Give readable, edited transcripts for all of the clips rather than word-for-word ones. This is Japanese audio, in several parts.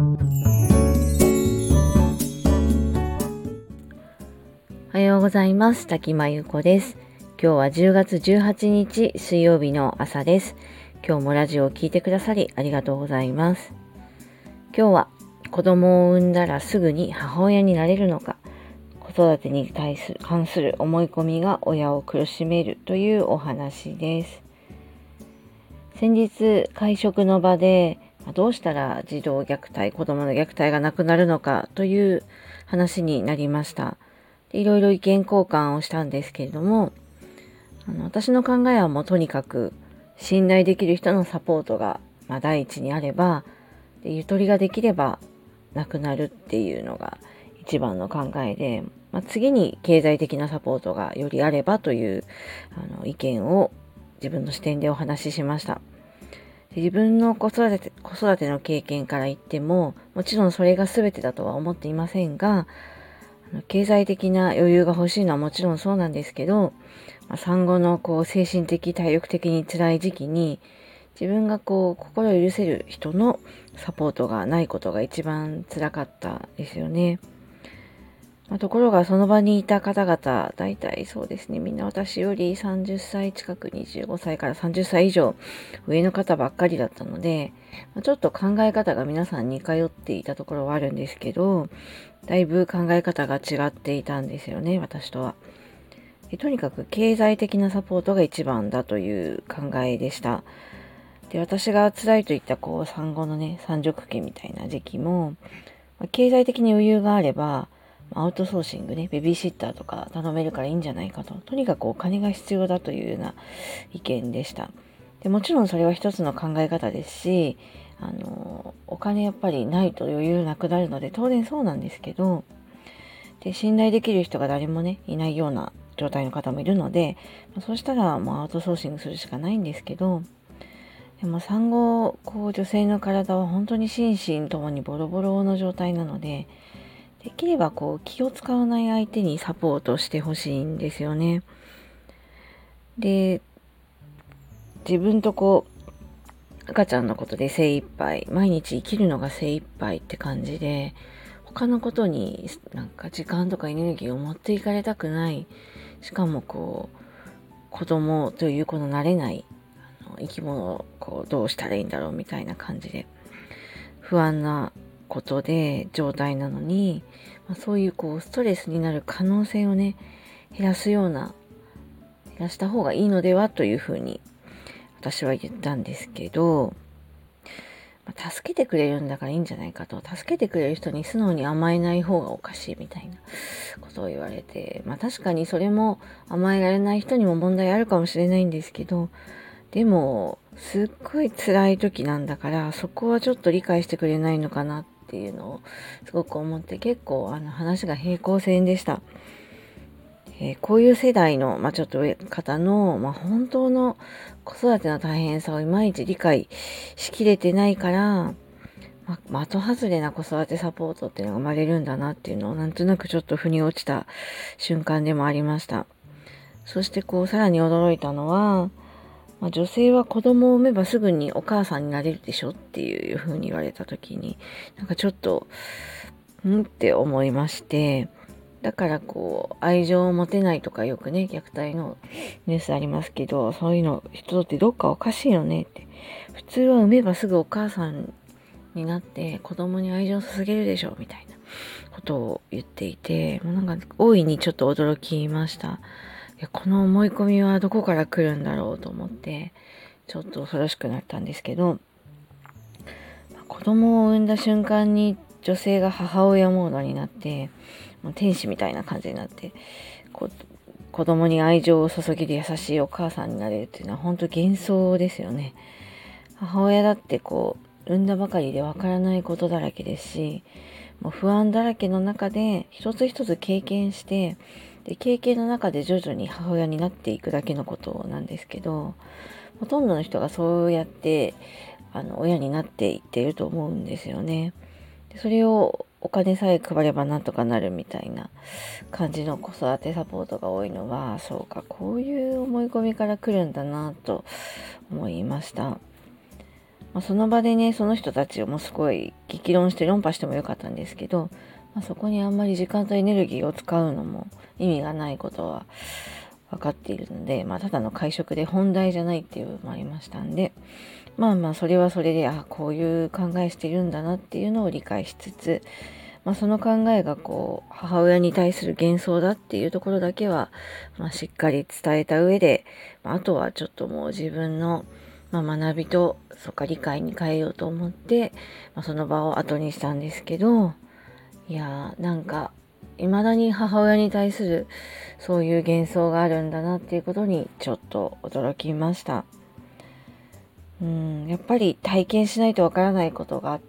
おはようございます。滝真由子です。今日は10月18日水曜日の朝です。今日もラジオを聞いてくださりありがとうございます。今日は子供を産んだらすぐに母親になれるのか、子育てに関する思い込みが親を苦しめるというお話です。先日会食の場でどうしたら児童虐待、子供の虐待がなくなるのかという話になりました。いろいろ意見交換をしたんですけれども、私の考えはもうとにかく信頼できる人のサポートが第一にあれば、ゆとりができればなくなるっていうのが一番の考えで、次に経済的なサポートがよりあればという意見を自分の視点でお話ししました。自分の子育ての経験から言っても、もちろんそれが全てだとは思っていませんが、経済的な余裕が欲しいのはもちろんそうなんですけど、産後の精神的体力的に辛い時期に自分が心を許せる人のサポートがないことが一番辛かったですよね。ところがその場にいた方々、大体そうですね、みんな私より30歳近く、25歳から30歳以上上の方ばっかりだったので、ちょっと考え方が皆さん似通っていたところはあるんですけど、だいぶ考え方が違っていたんですよね、私とは。とにかく経済的なサポートが一番だという考えでした。で、私が辛いといった産後の産褥期みたいな時期も、経済的に余裕があれば、アウトソーシングベビーシッターとか頼めるからいいんじゃないかと。とにかくお金が必要だというような意見でした。でもちろんそれは一つの考え方ですし、お金やっぱりないと余裕なくなるので当然そうなんですけど、で信頼できる人が誰もいないような状態の方もいるので、そうしたらもうアウトソーシングするしかないんですけど、でも産後女性の体は本当に心身ともにボロボロの状態なので、できれば気を使わない相手にサポートしてほしいんですよね。で、自分と赤ちゃんのことで精一杯、毎日生きるのが精一杯って感じで、他のことに時間とかエネルギーを持っていかれたくない。しかも子供という慣れない生き物をどうしたらいいんだろうみたいな感じで不安なことで状態なのに、そういうストレスになる可能性を減らした方がいいのではというふうに私は言ったんですけど、助けてくれるんだからいいんじゃないかと、助けてくれる人に素直に甘えない方がおかしいみたいなことを言われて、確かにそれも甘えられない人にも問題あるかもしれないんですけど、でもすっごい辛い時なんだから、そこはちょっと理解してくれないのかなっていうのをすごく思って、結構話が平行線でした。こういう世代の、ちょっと上方の、本当の子育ての大変さをいまいち理解しきれてないから、的外れな子育てサポートっていうのが生まれるんだなっていうのをなんとなくちょっと腑に落ちた瞬間でもありました。そしてさらに驚いたのは、女性は子供を産めばすぐにお母さんになれるでしょっていう風に言われた時に、ちょっとって思いまして、だから愛情を持てないとかよく虐待のニュースありますけど、そういうの人ってどっかおかしいよねって。普通は産めばすぐお母さんになって子供に愛情を注げるでしょみたいなことを言っていて、大いにちょっと驚きました。この思い込みはどこから来るんだろうと思ってちょっと恐ろしくなったんですけど、子供を産んだ瞬間に女性が母親モードになって、天使みたいな感じになって子供に愛情を注げる優しいお母さんになれるっていうのは本当幻想ですよね。母親だって産んだばかりでわからないことだらけですし、もう不安だらけの中で一つ一つ経験して、で経験の中で徐々に母親になっていくだけのことなんですけど、ほとんどの人がそうやって親になっていっていると思うんですよね。でそれをお金さえ配ればなんとかなるみたいな感じの子育てサポートが多いのは、そうか、こういう思い込みから来るんだなと思いました。 その場でね、その人たちをもうすごい激論して論破してもよかったんですけど、そこにあんまり時間とエネルギーを使うのも意味がないことは分かっているので、ただの会食で本題じゃないっていうのもありましたんで、それはそれで、こういう考えしているんだなっていうのを理解しつつ、その考えが母親に対する幻想だっていうところだけは、しっかり伝えた上で、あとはちょっともう自分の、学びと理解に変えようと思って、その場を後にしたんですけど、なんか未だに母親に対するそういう幻想があるんだなっていうことにちょっと驚きました。やっぱり体験しないとわからないことがあって、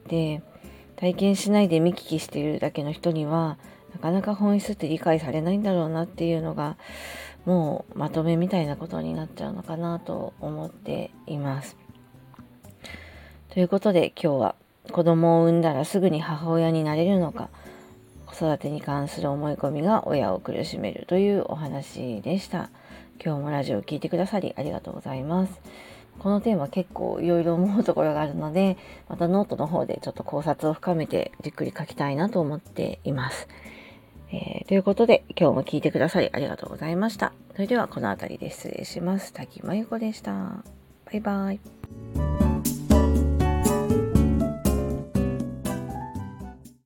体験しないで見聞きしているだけの人にはなかなか本質って理解されないんだろうなっていうのが、もうまとめみたいなことになっちゃうのかなと思っています。ということで今日は、子供を産んだらすぐに母親になれるのか、子育てに関する思い込みが親を苦しめるというお話でした。今日もラジオを聞いてくださりありがとうございます。このテーマ結構いろいろ思うところがあるので、またノートの方でちょっと考察を深めてじっくり書きたいなと思っています。ということで今日も聞いてくださりありがとうございました。それではこの辺りで失礼します。滝真由子でした。バイバイ。